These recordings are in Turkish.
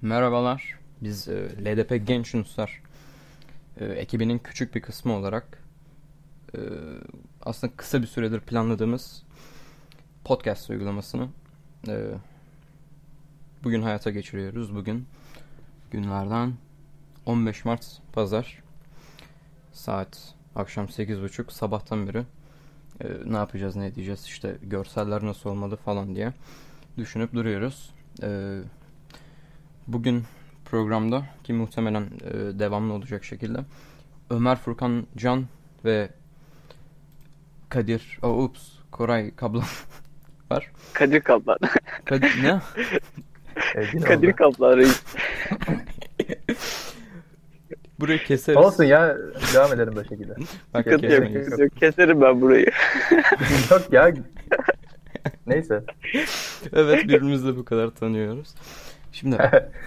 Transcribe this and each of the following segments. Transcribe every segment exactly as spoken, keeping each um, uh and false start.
Merhabalar, biz e, L D P Genç Yunuslar e, ekibinin küçük bir kısmı olarak e, aslında kısa bir süredir planladığımız podcast uygulamasını e, bugün hayata geçiriyoruz. Bugün günlerden on beş Mart Pazar, saat akşam sekiz buçuk, sabahtan beri e, ne yapacağız, ne edeceğiz, işte görseller nasıl olmalı falan diye düşünüp duruyoruz. E, bugün programda, ki muhtemelen e, devamlı olacak şekilde, Ömer, Furkan, Can ve Kadir, oh, ups, Koray Kablan var. Kadir Kaplan. Kadir ne? Evde ne Kadir oldu? Kaplan reis. Burayı keseriz. Olsun ya, devam edelim böyle şekilde. Bak, Sıkıntı yok, kesemeyiz. sıkıntı yok. Keserim ben burayı. Yok ya. Neyse. Evet, birbirimizi de bu kadar tanıyoruz. Şimdi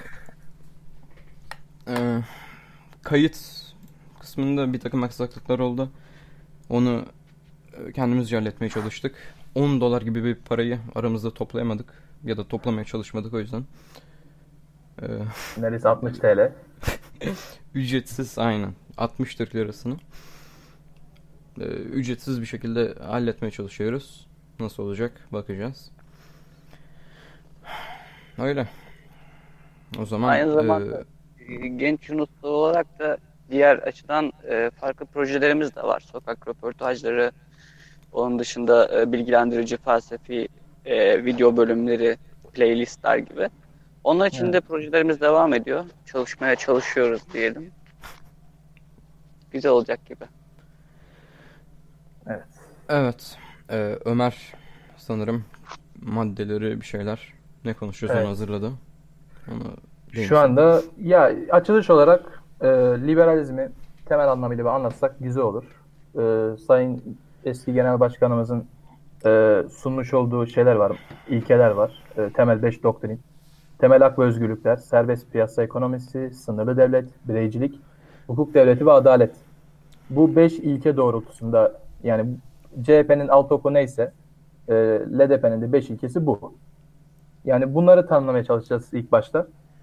e, kayıt kısmında bir takım aksaklıklar oldu. Onu e, kendimizce halletmeye çalıştık. on dolar gibi bir parayı aramızda toplayamadık. Ya da toplamaya çalışmadık, o yüzden. E, Neredeyse altmış T L. ücretsiz, aynen. altmış Türk lirasını. E, ücretsiz bir şekilde halletmeye çalışıyoruz. Nasıl olacak bakacağız. Öyle. O zaman Aynı zamanda e, genç Yunuslu olarak da diğer açıdan e, farklı projelerimiz de var. Sokak röportajları, onun dışında e, bilgilendirici felsefi e, video bölümleri, playlistler gibi. Onun için Evet. de projelerimiz devam ediyor. Çalışmaya çalışıyoruz diyelim. Güzel olacak gibi. Evet. evet. E, Ömer sanırım maddeleri, bir şeyler, ne konuşacağız Evet. onu hazırladı. Onu değinsin. Şu anda ya açılış olarak e, liberalizmi temel anlamıyla bir anlatsak güzel olur. E, Sayın eski Genel Başkanımızın e, sunmuş olduğu şeyler var, ilkeler var. E, temel beş doktrin. Temel hak ve özgürlükler, serbest piyasa ekonomisi, sınırlı devlet, bireycilik, hukuk devleti ve adalet. Bu beş ilke doğrultusunda, yani C H P'nin alt oku neyse e, L D P'nin de beş ilkesi bu. Yani bunları tanımlamaya çalışacağız ilk başta.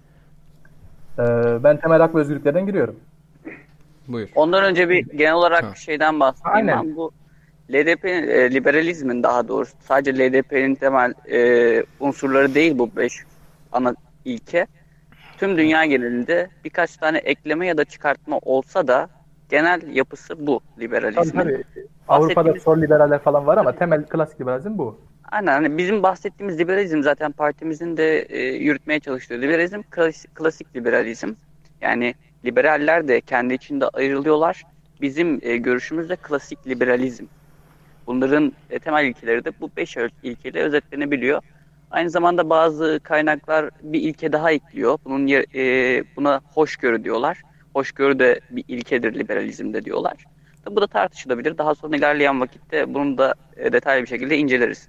E, ben temel hak ve özgürlüklerden giriyorum. Buyur. Ondan önce bir genel olarak Ha. şeyden bahsedeyim. Aynen. Ben bu L D P'nin, e, liberalizmin daha doğrusu sadece L D P'nin temel e, unsurları değil bu beş ana ilke. Tüm dünya genelinde birkaç tane ekleme ya da çıkartma olsa da genel yapısı bu Tabii liberalizmin. tabii. Avrupa'da Bahsettiğimiz- sol liberaller falan var ama temel klasik liberalizm bu. Aynen, hani bizim bahsettiğimiz liberalizm zaten partimizin de e, yürütmeye çalıştığı liberalizm klasik, klasik liberalizm. Yani liberaller de kendi içinde ayrılıyorlar. Bizim e, görüşümüz de klasik liberalizm. Bunların e, temel ilkeleri de bu beş ö- ilkeyle özetlenebiliyor. Aynı zamanda bazı kaynaklar bir ilke daha ekliyor. Bunun yer- e, buna hoşgörü diyorlar. Hoşgörü de bir ilkedir liberalizmde diyorlar. Tabi bu da tartışılabilir. Daha sonra ilerleyen vakitte bunu da e, detaylı bir şekilde inceleriz.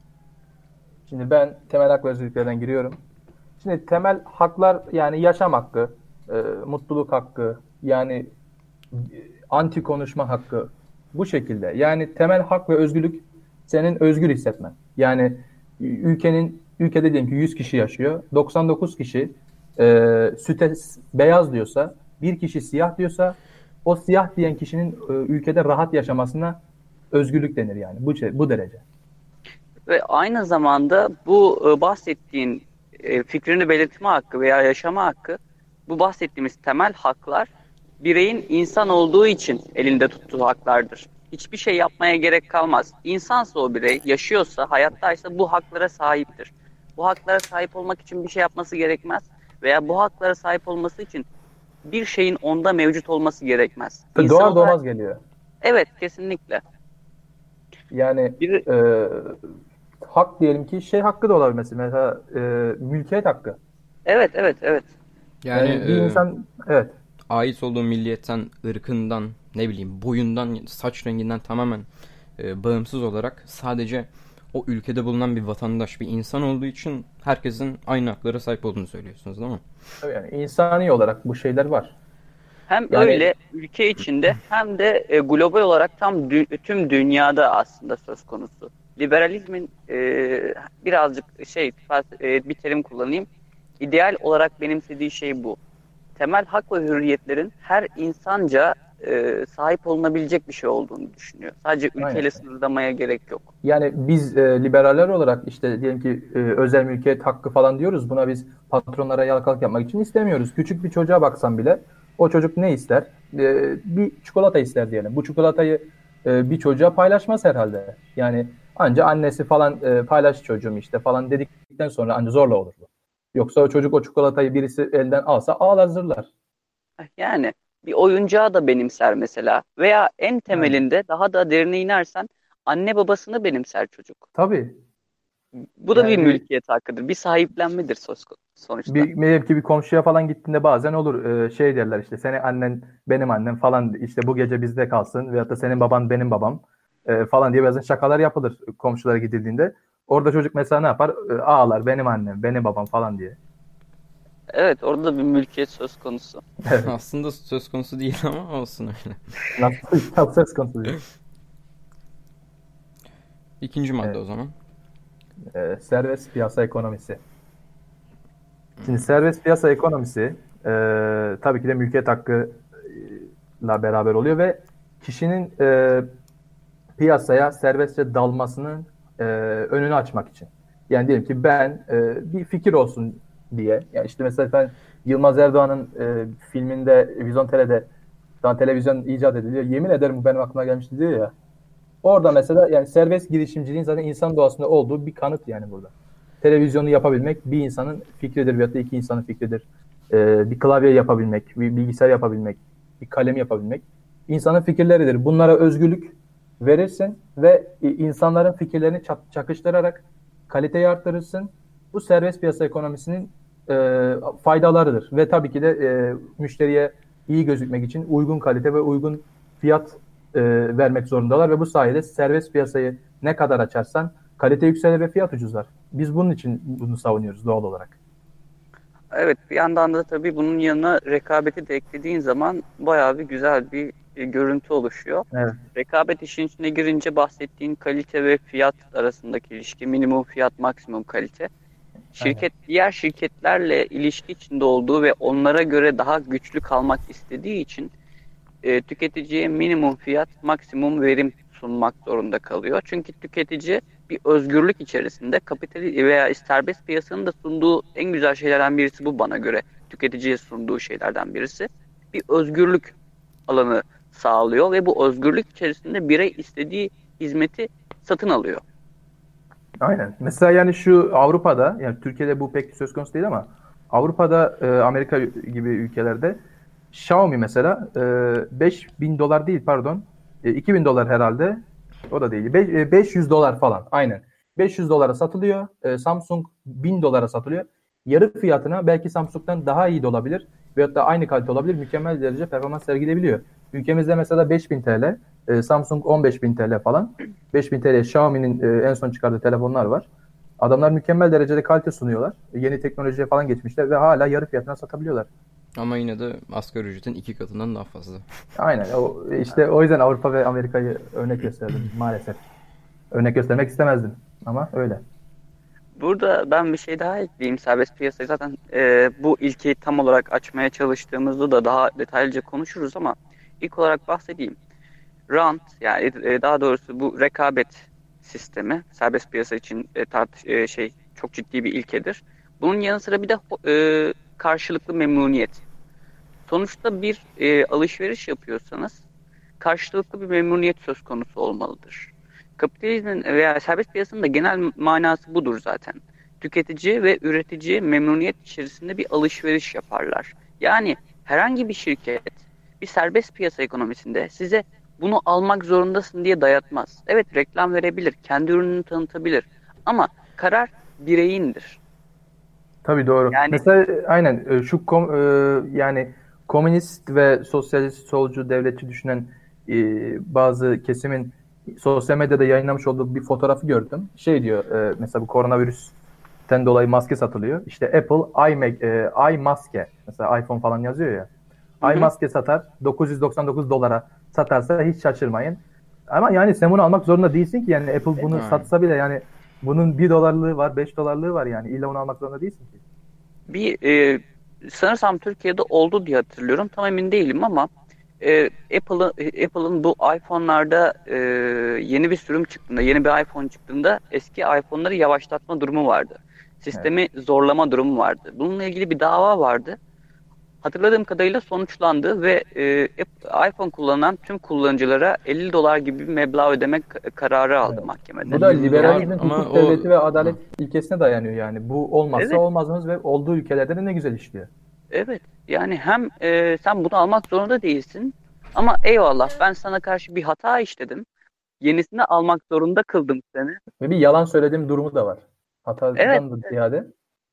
Şimdi ben temel hak ve özgürlüklerden giriyorum. Şimdi temel haklar, yani yaşam hakkı, e, mutluluk hakkı, yani e, anti konuşma hakkı, bu şekilde. Yani temel hak ve özgürlük senin özgür hissetmen. Yani ülkenin ülkede diyelim ki yüz kişi yaşıyor. doksan dokuz kişi e, süte beyaz diyorsa, bir kişi siyah diyorsa, o siyah diyen kişinin e, ülkede rahat yaşamasına özgürlük denir yani. Bu bu derece. Ve aynı zamanda bu e, bahsettiğin e, fikrini belirtme hakkı veya yaşama hakkı, bu bahsettiğimiz temel haklar bireyin insan olduğu için elinde tuttuğu haklardır. Hiçbir şey yapmaya gerek kalmaz. İnsansa o birey, yaşıyorsa, hayattaysa bu haklara sahiptir. Bu haklara sahip olmak için bir şey yapması gerekmez veya bu haklara sahip olması için bir şeyin onda mevcut olması gerekmez. İnsan Doğar olarak- doğmaz geliyor. Evet, kesinlikle. Yani Bir, e, hak diyelim ki şey hakkı da olabilir mesela, mesela e, mülkiyet hakkı. evet, evet, evet. Yani, Yani bir e, insan, evet, ait olduğu milliyetten, ırkından, ne bileyim, boyundan, saç renginden tamamen e, bağımsız olarak sadece o ülkede bulunan bir vatandaş, bir insan olduğu için herkesin aynı haklara sahip olduğunu söylüyorsunuz, değil mi? yani insani olarak bu şeyler var. Hem Yani- öyle ülke içinde hem de e, global olarak tam dü- tüm dünyada aslında söz konusu. Liberalizmin e, birazcık şey fels- e, bir terim kullanayım. ideal olarak benimsediği şey bu. Temel hak ve hürriyetlerin her insanca e, sahip olunabilecek bir şey olduğunu düşünüyor. Sadece ülkeyle Aynen. sınırlamaya gerek yok. Yani biz e, liberaller olarak işte diyelim ki e, özel mülkiyet hakkı falan diyoruz. Buna biz patronlara yalakalık yapmak için istemiyoruz. Küçük bir çocuğa baksan bile o çocuk ne ister? E, bir çikolata ister diyelim. Bu çikolatayı e, bir çocuğa paylaşmaz herhalde. Yani anca annesi falan e, paylaş çocuğum işte falan dedikten sonra anca zorla olur bu. Yoksa o çocuk o çikolatayı birisi elden alsa ağlar zırlar. Yani bir oyuncağı da benimser mesela. Veya en Aynen. temelinde daha da derine inersen anne babasını benimser çocuk. Tabii. Bu da bir Yani bir mülkiyet hakkıdır. Bir sahiplenmedir söz sonuçta. Bir, belki bir komşuya falan gittiğinde bazen olur Ee, şey derler işte senin annen benim annem falan işte bu gece bizde kalsın veyahut da senin baban benim babam e, falan diye bazen şakalar yapılır komşulara gidildiğinde. Orada çocuk mesela ne yapar? E, ağlar benim annem benim babam falan diye. Evet, orada da bir mülkiyet söz konusu. Evet. Aslında söz konusu değil ama olsun öyle. Nasıl çok söz konusu değil. İkinci madde Evet. o zaman. Ee, serbest piyasa ekonomisi. Şimdi serbest piyasa ekonomisi e, tabii ki de mülkiyet hakkıyla beraber oluyor ve kişinin e, piyasaya serbestçe dalmasının e, önünü açmak için. Yani diyelim ki ben e, bir fikir olsun diye. Yani işte mesela ben Yılmaz Erdoğan'ın e, filminde Vizontele'de daha televizyon icat ediliyor. Yemin ederim bu benim aklıma gelmişti diyor ya. Orada mesela yani serbest girişimciliğin zaten insan doğasında olduğu bir kanıt yani burada. Televizyonu yapabilmek bir insanın fikridir veyahut da iki insanın fikridir. Ee, bir klavye yapabilmek, bir bilgisayar yapabilmek, bir kalem yapabilmek insanın fikirleridir. Bunlara özgürlük verirsin ve insanların fikirlerini çakıştırarak kaliteyi arttırırsın. Bu serbest piyasa ekonomisinin e, faydalarıdır. Ve tabii ki de e, müşteriye iyi gözükmek için uygun kalite ve uygun fiyat e, vermek zorundalar ve bu sayede serbest piyasayı ne kadar açarsan kalite yükselir ve fiyat ucuzlar. Biz bunun için bunu savunuyoruz doğal olarak. Evet, bir yandan da tabii bunun yanına rekabeti de eklediğin zaman bayağı bir güzel bir e, görüntü oluşuyor. Evet. Rekabet işin içine girince bahsettiğin kalite ve fiyat arasındaki ilişki, minimum fiyat, maksimum kalite. Aynen. Şirket diğer şirketlerle ilişki içinde olduğu ve onlara göre daha güçlü kalmak istediği için e, tüketiciye minimum fiyat, maksimum verim sunmak zorunda kalıyor. Çünkü tüketici bir özgürlük içerisinde kapitali veya serbest piyasanın da sunduğu en güzel şeylerden birisi bu bana göre. Tüketiciye sunduğu şeylerden birisi. Bir özgürlük alanı sağlıyor ve bu özgürlük içerisinde birey istediği hizmeti satın alıyor. Aynen. Mesela yani şu Avrupa'da yani Türkiye'de bu pek söz konusu değil ama Avrupa'da e, Amerika gibi ülkelerde Xiaomi mesela e, beş bin dolar değil pardon e, iki bin dolar herhalde o da değil Be- e, beş yüz dolar falan aynen beş yüz dolara satılıyor. E, Samsung bin dolara satılıyor. Yarı fiyatına belki Samsung'dan daha iyi de olabilir veyahut da aynı kalite olabilir. Mükemmel derece performans sergileyebiliyor. Ülkemizde mesela beş bin T L, e, Samsung on beş bin T L falan. beş bin T L Xiaomi'nin e, en son çıkardığı telefonlar var. Adamlar mükemmel derecede kalite sunuyorlar. Yeni teknolojiye falan geçmişler ve hala yarı fiyatına satabiliyorlar. Ama yine de asgari ücretin iki katından daha fazla. Aynen. O, işte o yüzden Avrupa ve Amerika'yı örnek gösterdim maalesef. Örnek göstermek istemezdim ama öyle. Burada ben bir şey daha ekleyeyim. Serbest piyasayı zaten e, bu ilkeyi tam olarak açmaya çalıştığımızda da daha detaylıca konuşuruz ama ilk olarak bahsedeyim. Rant yani e, daha doğrusu bu rekabet sistemi serbest piyasa için e, tartış e, şey çok ciddi bir ilkedir. Bunun yanı sıra bir de e, karşılıklı memnuniyet. Sonuçta bir e, alışveriş yapıyorsanız karşılıklı bir memnuniyet söz konusu olmalıdır. Kapitalizmin veya serbest piyasanın da genel manası budur zaten. Tüketici ve üretici memnuniyet içerisinde bir alışveriş yaparlar. Yani herhangi bir şirket bir serbest piyasa ekonomisinde size bunu almak zorundasın diye dayatmaz. Evet, reklam verebilir, kendi ürününü tanıtabilir ama karar bireyindir. Tabii doğru. Yani Mesela e, aynen e, şu kom, e, yani komünist ve sosyalist solcu devletçi düşünen e, bazı kesimin sosyal medyada yayınlamış olduğu bir fotoğrafı gördüm. Şey diyor e, mesela bu koronavirüsten dolayı maske satılıyor. İşte Apple iMac, e, iMaske mesela iPhone falan yazıyor ya. hı hı, iMaske satar dokuz yüz doksan dokuz dolara satarsa hiç şaşırmayın. Ama yani sen bunu almak zorunda değilsin ki yani Apple bunu Aynen. satsa bile yani bunun bir dolarlığı var, beş dolarlığı var yani. İlla onu almak zorunda değilsin ki. Bir e, sanırsam Türkiye'de oldu diye hatırlıyorum. Tam emin değilim ama e, Apple'ın e, Apple'ın bu iPhone'larda e, yeni bir sürüm çıktığında, yeni bir iPhone çıktığında eski iPhone'ları yavaşlatma durumu vardı. Evet. Sistemi zorlama durumu vardı. Bununla ilgili bir dava vardı. Hatırladığım kadarıyla sonuçlandı ve e, App- iPhone kullanan tüm kullanıcılara elli dolar gibi bir meblağ ödemek kararı aldı Evet. mahkemede. Bu da elli dolar liberalizmin ama hukuk o devleti ve adalet Hı. ilkesine dayanıyor yani. Bu olmazsa Evet, olmazımız ve olduğu ülkelerde de ne güzel işliyor. evet. Yani hem e, sen bunu almak zorunda değilsin ama eyvallah ben sana karşı bir hata işledim. Yenisini almak zorunda kıldım seni. Ve bir yalan söylediğim durumu da var. Evet, Hatadan da ziyade.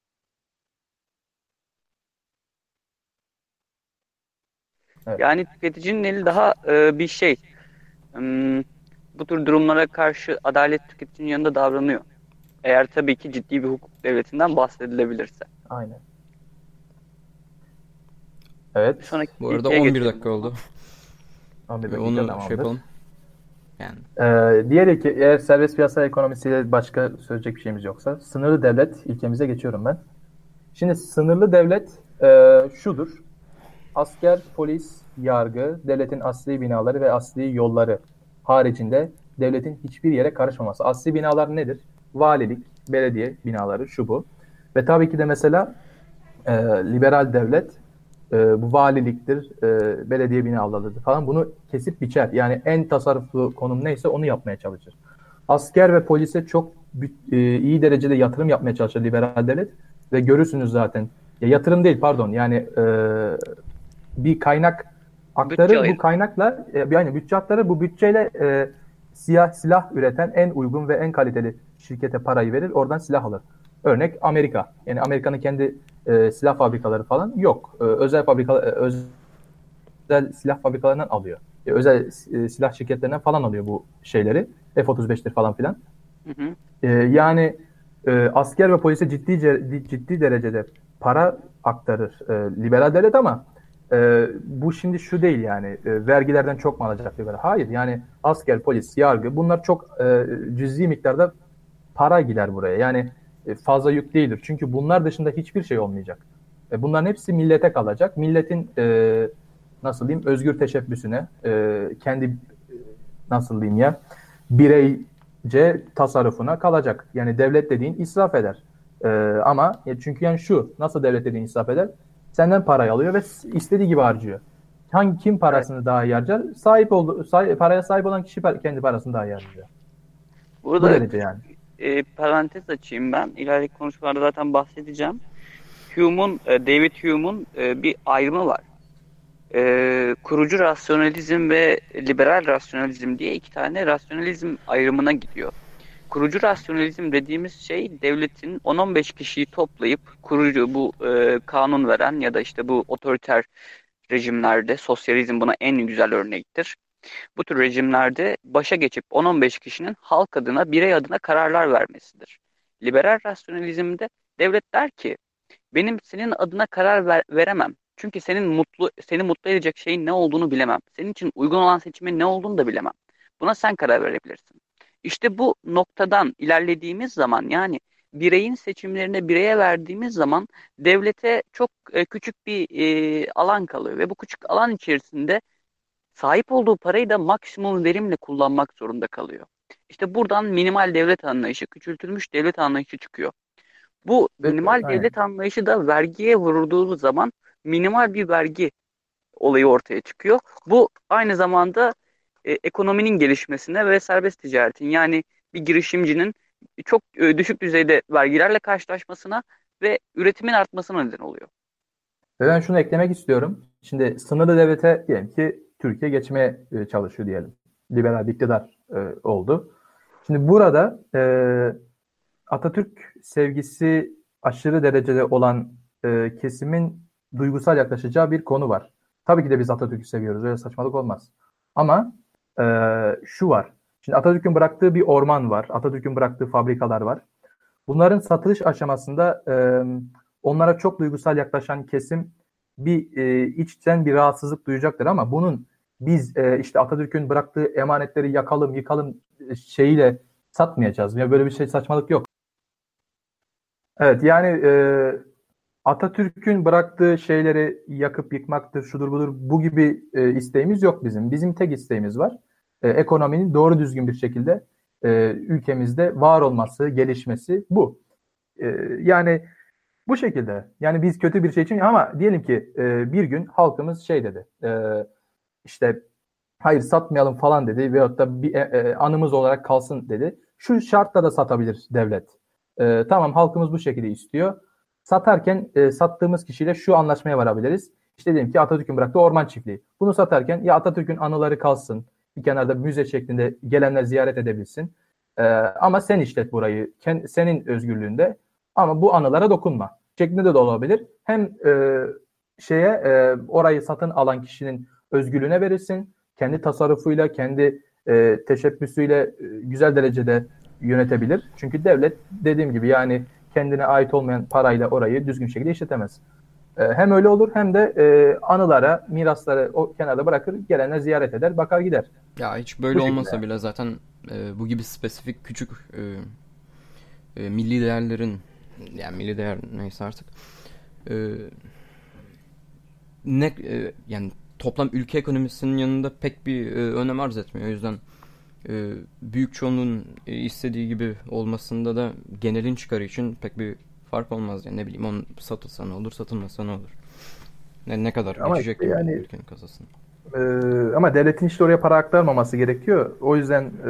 Evet. yani tüketicinin eli daha e, bir şey. Hmm, bu tür durumlara karşı adalet tüketicinin yanında davranıyor. Eğer tabii ki ciddi bir hukuk devletinden bahsedilebilirse. Aynen. Bir Evet. sonraki Bu arada ilkeye on bir geçelim o dakika zaman. oldu. on bir Ve dakika onu şey tamamdır. yapalım. Yani Ee, diğer ilke, eğer serbest piyasa ekonomisiyle başka söyleyecek bir şeyimiz yoksa sınırlı devlet ilkemize geçiyorum ben. Şimdi sınırlı devlet e, şudur. Asker, polis, yargı, devletin asli binaları ve asli yolları haricinde devletin hiçbir yere karışmaması. Asli binalar nedir? Valilik, belediye binaları, şu bu. Ve tabii ki de mesela e, liberal devlet e, bu valiliktir, e, belediye binalarıdır falan bunu kesip biçer. Yani en tasarruflu konum neyse onu yapmaya çalışır. Asker ve polise çok e, iyi derecede yatırım yapmaya çalışır liberal devlet ve görürsünüz zaten. Ya yatırım değil pardon yani e, bir kaynak Bütçe aktarır. Bu ayırır. kaynakla e, yani bütçe aktarır. Bu bütçeyle e, siyah silah üreten en uygun ve en kaliteli şirkete parayı verir. Oradan silah alır. Örnek Amerika. Yani Amerika'nın kendi e, silah fabrikaları falan yok. E, özel fabrika e, özel silah fabrikalarından alıyor. E, özel e, silah şirketlerinden falan alıyor bu şeyleri. F otuz beştir falan filan. Hı hı. E, yani e, asker ve polise ciddi ciddi derecede para aktarır e, liberal devlet ama e, bu şimdi şu değil yani e, vergilerden çok mu alacak liberal? Hayır yani asker, polis, yargı bunlar çok e, cüzi miktarda para gider buraya. Yani e, fazla yük değildir. Çünkü bunlar dışında hiçbir şey olmayacak. E, bunların hepsi millete kalacak. Milletin e, nasıl diyeyim özgür teşebbüsüne e, kendi e, nasıl diyeyim ya bireyce tasarrufuna kalacak. Yani devlet dediğin israf eder. Ee, ama ya çünkü yani şu nasıl devlet dediğin israf eder? Senden parayı alıyor ve istediği gibi harcıyor. Hangi kim Evet. parasını daha iyi harcar? Sahip oldu sahip, paraya sahip olan kişi kendi parasını daha iyi harcıyor. Bu Burada derece küçük yani. e, parantez açayım ben. İleriki konuşmalarda zaten bahsedeceğim. Hume'un, e, David Hume'un e, bir ayrımı var. E, kurucu rasyonalizm ve liberal rasyonalizm diye iki tane rasyonalizm ayrımına gidiyor. Kurucu rasyonalizm dediğimiz şey devletin on on beş kişiyi toplayıp kurucu bu e, kanun veren ya da işte bu otoriter rejimlerde sosyalizm buna en güzel örnektir. Bu tür rejimlerde başa geçip on on beş kişinin halk adına, birey adına kararlar vermesidir. Liberal rasyonalizmde devlet der ki benim senin adına karar ver- veremem. Çünkü senin mutlu seni mutlu edecek şeyin ne olduğunu bilemem. Senin için uygun olan seçimin ne olduğunu da bilemem. Buna sen karar verebilirsin. İşte bu noktadan ilerlediğimiz zaman yani bireyin seçimlerine bireye verdiğimiz zaman devlete çok e, küçük bir e, alan kalıyor ve bu küçük alan içerisinde sahip olduğu parayı da maksimum verimle kullanmak zorunda kalıyor. İşte buradan minimal devlet anlayışı, küçültülmüş devlet anlayışı çıkıyor. Bu Ve, minimal aynen. devlet anlayışı da vergiye vurulduğu zaman minimal bir vergi olayı ortaya çıkıyor. Bu aynı zamanda e, ekonominin gelişmesine ve serbest ticaretin yani bir girişimcinin çok e, düşük düzeyde vergilerle karşılaşmasına ve üretimin artmasına neden oluyor. Ve ben şunu eklemek istiyorum. Şimdi sınırlı devlete diyelim ki Türkiye geçmeye e, çalışıyor diyelim. Liberal bir iktidar e, oldu. Şimdi burada e, Atatürk sevgisi aşırı derecede olan e, kesimin duygusal yaklaşacağı bir konu var. Tabii ki de biz Atatürk'ü seviyoruz. Öyle saçmalık olmaz. Ama e, şu var. Şimdi Atatürk'ün bıraktığı bir orman var. Atatürk'ün bıraktığı fabrikalar var. Bunların satılış aşamasında e, onlara çok duygusal yaklaşan kesim bir e, içten bir rahatsızlık duyacaktır ama bunun biz e, işte Atatürk'ün bıraktığı emanetleri yakalım, yıkalım e, şeyiyle satmayacağız. Ya böyle bir şey saçmalık yok. Evet yani e, Atatürk'ün bıraktığı şeyleri yakıp yıkmaktır, şudur budur, bu gibi e, isteğimiz yok bizim. Bizim tek isteğimiz var. E, ekonominin doğru düzgün bir şekilde e, ülkemizde var olması, gelişmesi bu. E, yani bu şekilde. Yani biz kötü bir şey için ama diyelim ki e, bir gün halkımız şey dedi. E, işte hayır satmayalım falan dedi veyahut da bir e, e, anımız olarak kalsın dedi. Şu şartla da satabilir devlet. E, tamam halkımız bu şekilde istiyor. Satarken e, sattığımız kişiyle şu anlaşmaya varabiliriz. İşte diyelim ki Atatürk'ün bıraktığı orman çiftliği. Bunu satarken ya Atatürk'ün anıları kalsın. Bir kenarda müze şeklinde gelenler ziyaret edebilsin. E, ama sen işlet burayı. Ken, senin özgürlüğünde. Ama bu anılara dokunma. Şeklinde de olabilir. Hem e, şeye e, orayı satın alan kişinin özgürlüğüne verirsin. Kendi tasarrufuyla, kendi e, teşebbüsüyle e, güzel derecede yönetebilir. Çünkü devlet dediğim gibi yani kendine ait olmayan parayla orayı düzgün bir şekilde işletemez. E, hem öyle olur hem de e, anılara, mirasları o kenarda bırakır, gelenler ziyaret eder, bakar gider. Ya hiç böyle Bu olmasa şekilde. bile zaten e, bu gibi spesifik küçük e, e, milli değerlerin, yani milli değer neyse artık e, ne e, yani toplam ülke ekonomisinin yanında pek bir e, önem arz etmiyor. O yüzden e, büyük çoğunluğun e, istediği gibi olmasında da genelin çıkarı için pek bir fark olmaz. Yani ne bileyim onun satılsa ne olur, satılmasa ne olur. Ne, ne kadar Ama geçecek işte gibi yani ülkenin kasasına. e, ama devletin işte oraya para aktarmaması gerekiyor. O yüzden e,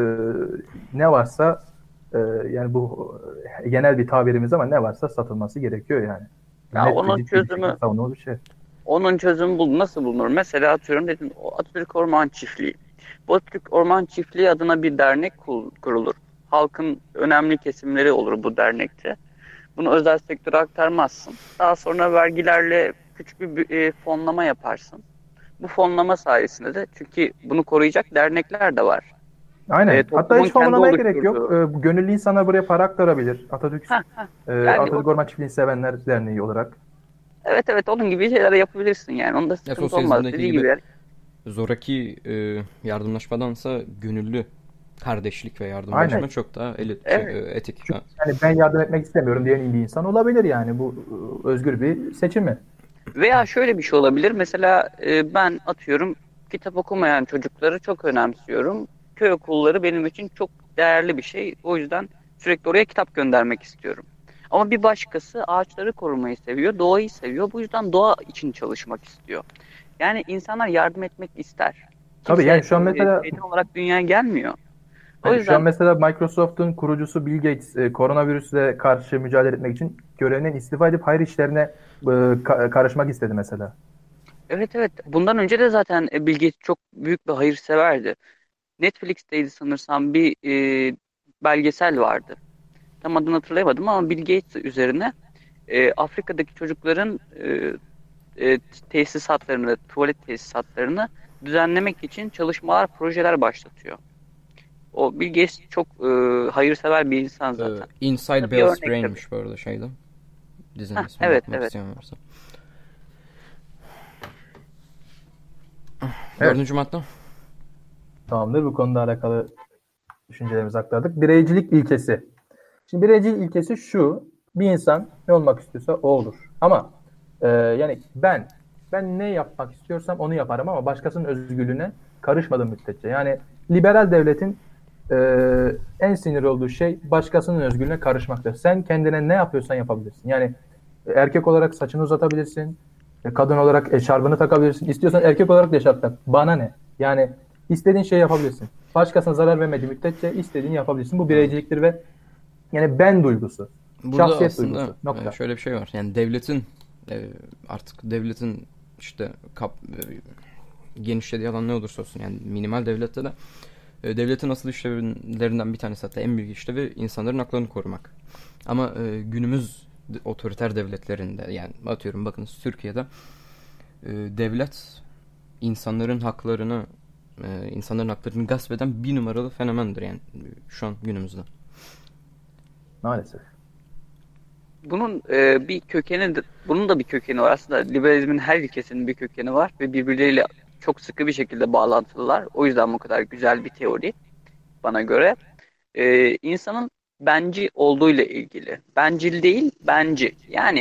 ne varsa e, yani bu e, genel bir tabirimiz ama ne varsa satılması gerekiyor yani. Ya Net onun bir ciddi bir şekilde çözümü savunduğu bir şey. onun çözümü bul nasıl bulunur? Mesela atıyorum dedin o Atatürk Orman Çiftliği. Bu Atatürk Orman Çiftliği adına bir dernek kur- kurulur. Halkın önemli kesimleri olur bu dernekte. Bunu özel sektöre aktarmazsın. Daha sonra vergilerle küçük bir e, fonlama yaparsın. Bu fonlama sayesinde de çünkü bunu koruyacak dernekler de var. E, Aynen. Hatta toplumun hiç kendi fonlamaya gerek yok. oluşturduğu. E, bu gönüllü insanlar buraya para aktarabilir. Atatürk Heh, heh. e, Yani o, Atatürk Orman Çiftliği'ni sevenler derneği olarak. evet evet onun gibi şeyler yapabilirsin yani. Onda Ya sıkıntı olmaz. sosyalizmdeki Dediği gibi gibi. zoraki e, yardımlaşmadansa gönüllü kardeşlik ve Aynen. yardımlaşma çok daha elit, şey, Evet. e, etik. Çünkü Ha. yani ben yardım etmek istemiyorum diyen bir insan olabilir yani. Bu e, özgür bir seçimi. Veya şöyle bir şey olabilir. Mesela e, ben atıyorum kitap okumayan çocukları çok önemsiyorum. Köy okulları benim için çok değerli bir şey. O yüzden sürekli oraya kitap göndermek istiyorum. Ama bir başkası ağaçları korumayı seviyor, doğayı seviyor. Bu yüzden doğa için çalışmak istiyor. Yani insanlar yardım etmek ister. Tabii Kimse yani şu an e, mesela şeytan olarak dünyaya gelmiyor. O hani şu an yüzden mesela Microsoft'un kurucusu Bill Gates e, koronavirüsle karşı mücadele etmek için görevinden istifa edip hayır işlerine e, ka- karışmak istedi mesela. evet evet bundan önce de zaten e, Bill Gates çok büyük bir hayırseverdi. Netflix'teydi sanırsam bir e, belgesel vardı. Tam adını hatırlayamadım ama Bill Gates üzerine e, Afrika'daki çocukların e, e, tesisatlarını, tuvalet tesisatlarını düzenlemek için çalışmalar, projeler başlatıyor. O Bill Gates çok e, hayırsever bir insan E, zaten. Bu Inside da bir Bill's örnek tabii. Brain'miş bu arada şeyde. Dizinin Heh, ismine evet bakmak evet. isteyen varsa. Evet, Dördüncü madde. tamamdır. Bu konuda alakalı düşüncelerimizi aktardık. Bireycilik ilkesi. Şimdi bireycilik ilkesi şu. Bir insan ne olmak istiyorsa o olur. Ama e, yani ben ben ne yapmak istiyorsam onu yaparım ama başkasının özgürlüğüne karışmadığım müddetçe. Yani liberal devletin e, en sinir olduğu şey başkasının özgürlüğüne karışmaktır. Sen kendine ne yapıyorsan yapabilirsin. Yani e, erkek olarak saçını uzatabilirsin. E, kadın olarak eşarbını takabilirsin. İstiyorsan erkek olarak da eşarp tak. Bana ne? Yani istediğin şeyi yapabilirsin. Başkasına zarar vermediği müddetçe istediğini yapabilirsin. Bu bireyciliktir ve yani ben duygusu. Burada Şahsiyet aslında duygusu. Nokta. e, şöyle bir şey var. Yani devletin e, artık devletin işte kap, e, genişlediği alan ne olursa olsun yani minimal devlette de e, devletin asıl işlevlerinden bir tanesi hatta en büyük işlevi insanların haklarını korumak. Ama e, günümüz de- otoriter devletlerinde yani atıyorum bakın Türkiye'de e, devlet insanların haklarını e, insanların haklarını gasp eden bir numaralı fenomendir yani e, şu an günümüzde. Maalesef. Bunun e, bir kökeni, de- bunun da bir kökeni var. Aslında liberalizmin her ilkesinin bir kökeni var ve birbirleriyle çok sıkı bir şekilde bağlantılılar. O yüzden bu kadar güzel bir teori bana göre. E, insanın benci olduğuyla ilgili. Bencil değil, benci. Yani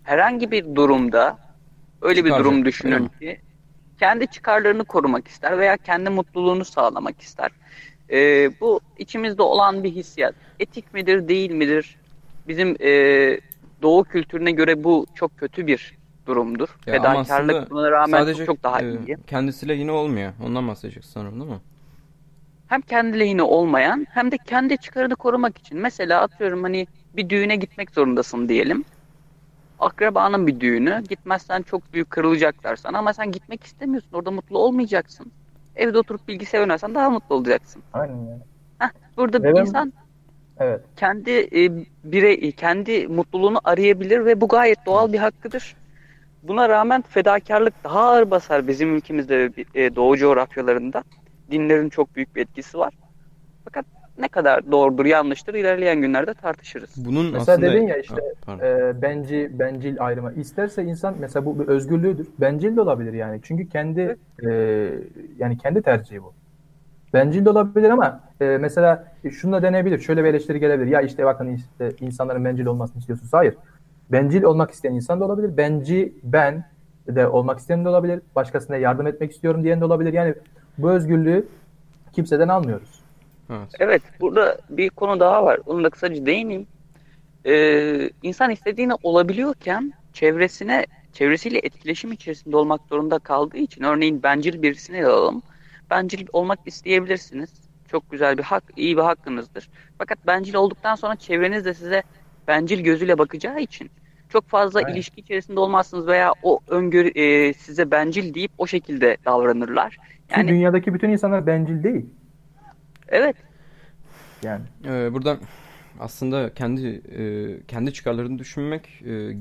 herhangi bir durumda öyle bir Çıkarcı, durum öyle düşünün mi? ki kendi çıkarlarını korumak ister veya kendi mutluluğunu sağlamak ister. Ee, bu içimizde olan bir hissiyat. Etik midir, değil midir? Bizim e, Doğu kültürüne göre bu çok kötü bir durumdur. Ya ama Fedakarlık aslında buna rağmen çok sadece çok daha e, iyi. kendisi lehine olmuyor. Ondan bahsedeceksin sanırım, değil mi? Hem kendi lehine olmayan hem de kendi çıkarını korumak için. Mesela atıyorum hani bir düğüne gitmek zorundasın diyelim. Akrabanın bir düğünü. Gitmezsen çok büyük kırılacaklar sana ama sen gitmek istemiyorsun. Orada mutlu olmayacaksın. Evde oturup bilgisayar oynarsan daha mutlu olacaksın. Aynen yani. Heh, burada bir Benim, insan evet. kendi e, birey kendi mutluluğunu arayabilir ve bu gayet doğal bir hakkıdır. Buna rağmen fedakarlık daha ağır basar bizim ülkemizde ve e, Doğu coğrafyalarında. Dinlerin çok büyük bir etkisi var. Fakat ne kadar doğrudur, yanlıştır ilerleyen günlerde tartışırız. Bunun Mesela aslında... dedin ya işte Ha, pardon. e, benci, bencil ayrımı. İsterse insan mesela bu bir özgürlüğüdür. Bencil de olabilir yani. Çünkü kendi e, yani kendi tercihi bu. Bencil de olabilir ama e, mesela şunu da deneyebilir. Şöyle bir eleştiri gelebilir. Ya işte bakın işte insanların bencil olmasını istiyorsunuz. Hayır. Bencil olmak isteyen insan da olabilir. Benci ben de olmak isteyen de olabilir. Başkasına yardım etmek istiyorum diyen de olabilir. Yani bu özgürlüğü kimseden almıyoruz. Evet. Evet, burada bir konu daha var. Onu da kısaca değineyim. Ee, insan istediğini olabiliyorken çevresine, çevresiyle etkileşim içerisinde olmak zorunda kaldığı için, örneğin bencil birisini alalım. Bencil olmak isteyebilirsiniz. Çok güzel bir hak, iyi bir hakkınızdır. Fakat bencil olduktan sonra çevreniz de size bencil gözüyle bakacağı için çok fazla Aynen. ilişki içerisinde olmazsınız veya o öngörü e, size bencil deyip o şekilde davranırlar. Ki Yani dünyadaki bütün insanlar bencil değil. evet, Yani. Ee, burada aslında kendi e, kendi çıkarlarını düşünmek, e,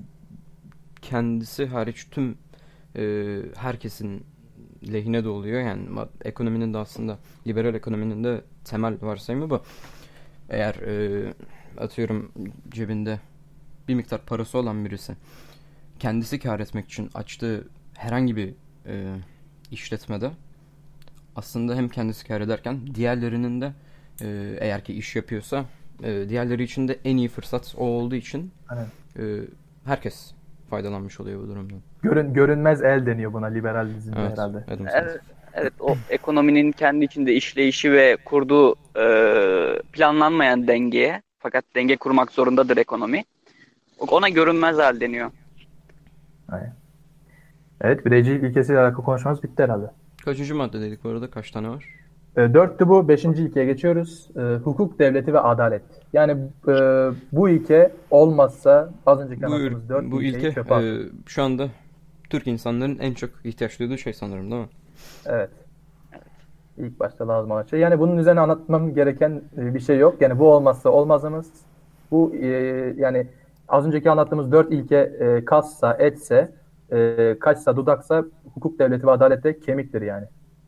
kendisi hariç tüm e, herkesin lehine de oluyor. Yani ma- ekonominin de aslında liberal ekonominin de temel varsayımı bu. Eğer e, atıyorum cebinde bir miktar parası olan birisi kendisi kâr etmek için açtığı herhangi bir e, işletmede aslında hem kendisi kâr ederken diğerlerinin de e, eğer ki iş yapıyorsa e, diğerleri için de en iyi fırsat o olduğu için Aynen. e, herkes faydalanmış oluyor bu durumdan. Görün, görünmez el deniyor buna liberalizmde Evet. herhalde. Adam Smith. evet, evet, o ekonominin kendi içinde işleyişi ve kurduğu e, planlanmayan dengeye, fakat denge kurmak zorundadır ekonomi. Ona görünmez hal deniyor. Aynen. Evet, bireycilik ilkesiyle alakalı konuşmamız bitti herhalde. Kaçıncı madde dedik bu arada? Kaç tane var? E, dörttü bu. Beşinci ilkeye geçiyoruz. E, hukuk devleti ve adalet. Yani e, bu ilke olmazsa az önceki Bu, anlattığımız dört bu ilkeyi ilke çöpe atıyor. e, şu anda Türk insanların en çok ihtiyaç duyduğu şey sanırım, değil mi? Evet. İlk başta lazım olan şey. Yani bunun üzerine anlatmam gereken e, bir şey yok. Yani bu olmazsa olmazımız. Bu e, yani az önceki anlattığımız dört ilke e, kassa, etse, e, kaçsa, dudaksa hukuk devleti ve adalette kemiktir yani.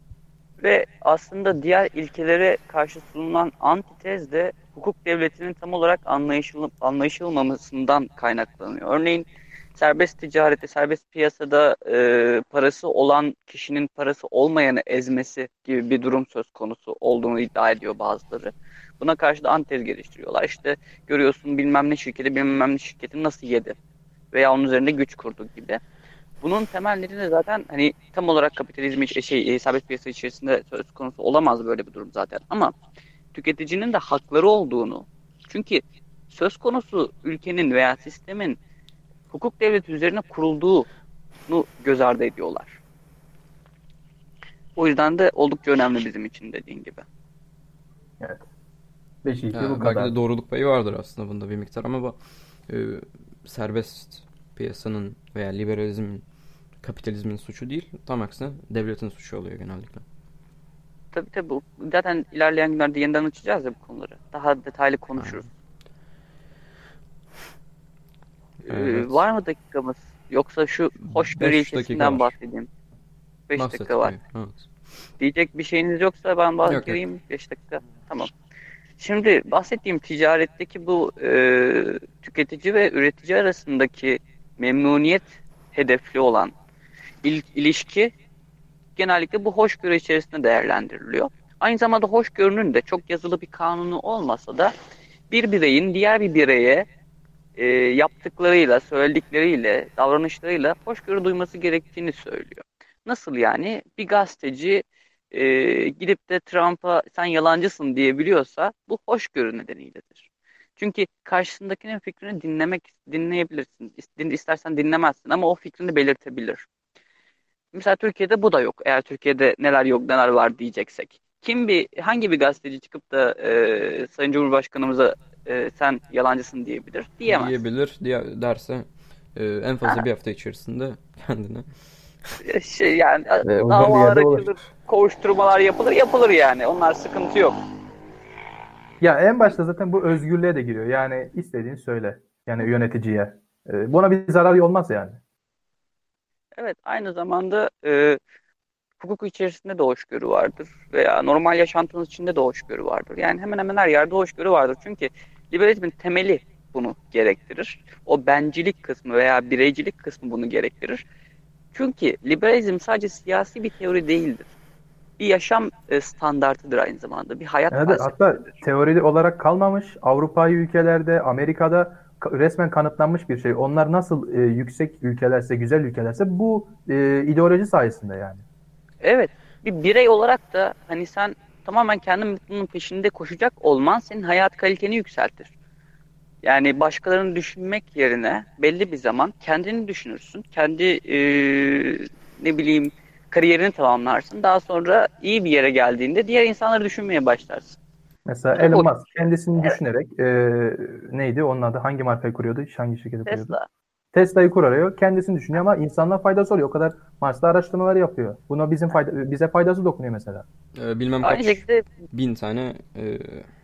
Ve aslında diğer ilkelere karşı sunulan antitez de hukuk devletinin tam olarak anlayışıl anlaşılmamasından kaynaklanıyor. Örneğin serbest ticarette, serbest piyasada e, parası olan kişinin parası olmayanı ezmesi gibi bir durum söz konusu olduğunu iddia ediyor bazıları. Buna karşı da antitez geliştiriyorlar. İşte görüyorsun bilmem ne şirketi bilmem ne şirketi nasıl yedi veya onun üzerinde güç kurdu gibi. Bunun temel nedeni zaten hani tam olarak kapitalizm iç- şey e, serbest piyasa içerisinde söz konusu olamaz böyle bir durum zaten. Ama tüketicinin de hakları olduğunu, çünkü söz konusu ülkenin veya sistemin hukuk devleti üzerine kurulduğunu göz ardı ediyorlar. O yüzden de oldukça önemli bizim için, dediğin gibi. Evet. Beş ilke Ha, bu belki kadar. de doğruluk payı vardır aslında bunda bir miktar ama bu e, serbest piyasanın veya liberalizmin, kapitalizmin suçu değil. Tam aksine devletin suçu oluyor genellikle. Tabii tabii, bu- zaten ilerleyen günlerde yeniden açacağız ya bu konuları. Daha detaylı konuşuruz. Ee, Evet. var mı dakikamız? Yoksa şu hoşgörü Beş dakika ilkesinden var. bahsedeyim. beş Bahset. dakika var. Evet. Diyecek bir şeyiniz yoksa ben Yok, bah- yok. gireyim. beş dakika. Tamam. Şimdi bahsettiğim ticaretteki bu e, tüketici ve üretici arasındaki memnuniyet hedefli olan il- ilişki genellikle bu hoşgörü içerisinde değerlendiriliyor. Aynı zamanda hoşgörünün de çok yazılı bir kanunu olmasa da bir bireyin diğer bir bireye e, yaptıklarıyla, söyledikleriyle, davranışlarıyla hoşgörü duyması gerektiğini söylüyor. Nasıl yani? Bir gazeteci e, gidip de Trump'a sen yalancısın diyebiliyorsa bu hoşgörü nedeniyledir. Çünkü karşısındakinin fikrini dinlemek dinleyebilirsin. İst- İstersen dinlemezsin ama o fikrini belirtebilir. Mesela Türkiye'de bu da yok. Eğer Türkiye'de neler yok neler var diyeceksek. Kim bir hangi bir gazeteci çıkıp da e, Sayın Cumhurbaşkanımıza e, sen yalancısın diyebilir? Diyemez. Diyebilir diye derse e, en fazla Ha, bir hafta içerisinde kendine. şey yani Ve uzun bir davalar yerde olur. açılır, kovuşturmalar yapılır, yapılır yani. Onlar sıkıntı yok. Ya en başta zaten bu özgürlüğe de giriyor. Yani istediğini söyle. Yani yöneticiye. Ee, buna bir zararı olmaz yani. Evet, aynı zamanda e, hukuk içerisinde de hoşgörü vardır veya normal yaşantınız içinde de hoşgörü vardır. Yani hemen hemen her yerde hoşgörü vardır. Çünkü liberalizmin temeli bunu gerektirir. O bencilik kısmı veya bireycilik kısmı bunu gerektirir. Çünkü liberalizm sadece siyasi bir teori değildir. Bir yaşam e, standartıdır aynı zamanda. Bir hayat Evet, hatta felsefesidir. teori olarak kalmamış. Avrupa'yı ülkelerde, Amerika'da ka- resmen kanıtlanmış bir şey. Onlar nasıl e, yüksek ülkelerse, güzel ülkelerse bu e, ideoloji sayesinde yani. Evet, bir birey olarak da hani sen tamamen kendi mutluluğunun peşinde koşacak olman senin hayat kaliteni yükseltir. Yani başkalarını düşünmek yerine belli bir zaman kendini düşünürsün. Kendi eee, ne bileyim kariyerini tamamlarsın. Daha sonra iyi bir yere geldiğinde diğer insanları düşünmeye başlarsın. Mesela Bu da Elon hoş. Musk kendisini Evet, düşünerek e, neydi onun adı? Hangi markayı kuruyordu? Hangi şirketi kuruyordu? Tesla. Tesla'yı kuruyor. Kendisini düşünüyor ama insanlığa faydası oluyor. O kadar Mars'ta araştırmalar yapıyor. Buna bizim fayda, bize faydası dokunuyor mesela. E, bilmem Aynı kaç şekilde bin tane e,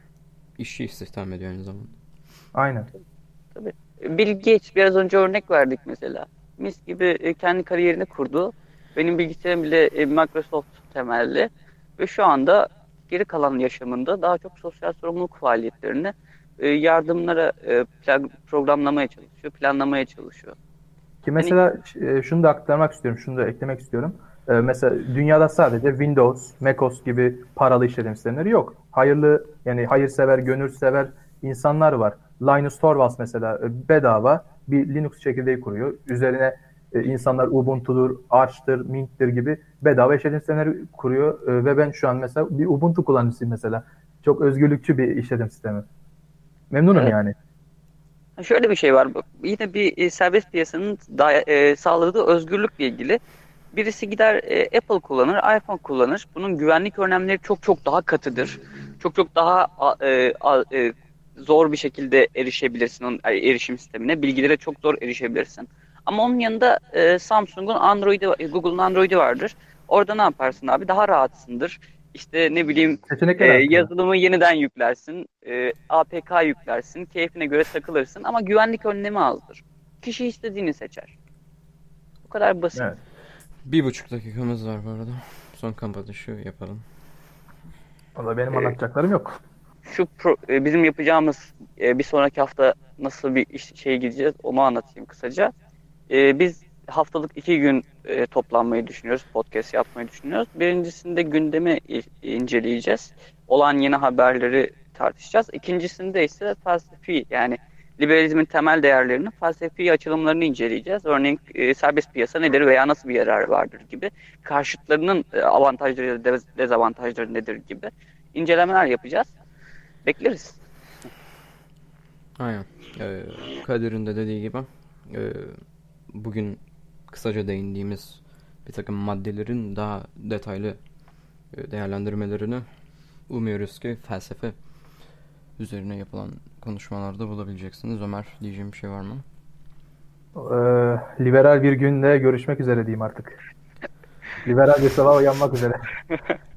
işçi istihdam ediyor aynı zamanda. Aynen. tabii Bill Gates biraz önce örnek verdik mesela. Mis gibi e, kendi kariyerini kurdu. Benim bilgisayarım bile e, Microsoft temelli ve şu anda geri kalan yaşamında daha çok sosyal sorumluluk faaliyetlerini e, yardımlara e, plan- programlamaya çalışıyor, planlamaya çalışıyor. Ki Hani mesela e, şunu da aktarmak istiyorum, şunu da eklemek istiyorum. E, mesela dünyada sadece Windows, macOS gibi paralı işletim sistemleri yok. Hayırlı yani hayırsever, gönülsever insanlar var. Linus Torvalds mesela e, bedava bir Linux çekirdeği kuruyor. Üzerine e, insanlar Ubuntu'dur, Arch'tır, Mint'tir gibi bedava işletim sistemleri kuruyor. E, ve ben şu an mesela bir Ubuntu kullanıcısıyım mesela. Çok özgürlükçü bir işletim sistemi. Memnunum evet, yani. şöyle bir şey var. Bak, yine bir e, serbest piyasanın da, e, sağladığı özgürlükle ilgili. Birisi gider e, Apple kullanır, iPhone kullanır. Bunun güvenlik önlemleri çok çok daha katıdır. Çok çok daha a- e, a- e, zor bir şekilde erişebilirsin onun e, erişim sistemine. Bilgilere çok zor erişebilirsin. Ama onun yanında e, Samsung'un Android'i, e, Google'un Android'i vardır. Orada ne yaparsın abi? Daha rahatsındır. İşte ne bileyim e, Seçenekler artıyor. yazılımı yeniden yüklersin, e, A P K yüklersin, keyfine göre takılırsın ama güvenlik önlemi azdır. Kişi istediğini seçer. Bu kadar basit. Evet. Bir buçuk dakikamız var bu arada. Son kapatışı yapalım. Valla benim E, anlatacaklarım yok. şu pro- e, bizim yapacağımız e, bir sonraki hafta nasıl bir iş şeye gideceğiz onu anlatayım kısaca. E, biz haftalık iki gün e, toplanmayı düşünüyoruz, podcast yapmayı düşünüyoruz. Birincisinde gündemi i- inceleyeceğiz. Olan yeni haberleri tartışacağız. İkincisinde ise felsefi yani liberalizmin temel değerlerinin felsefi açılımlarını inceleyeceğiz. Örneğin e, serbest piyasa nedir veya nasıl bir yararı vardır gibi. Karşıtlarının e, avantajları, dez- dezavantajları nedir gibi incelemeler yapacağız. Bekleriz. Aynen. Ee, Kadir'in de dediği gibi e, bugün kısaca değindiğimiz bir takım maddelerin daha detaylı e, değerlendirmelerini umuyoruz ki felsefe üzerine yapılan konuşmalarda bulabileceksiniz. Ömer, diyeceğim bir şey var mı? Ee, liberal bir günde görüşmek üzere diyeyim artık. Liberal bir sabah uyanmak üzere.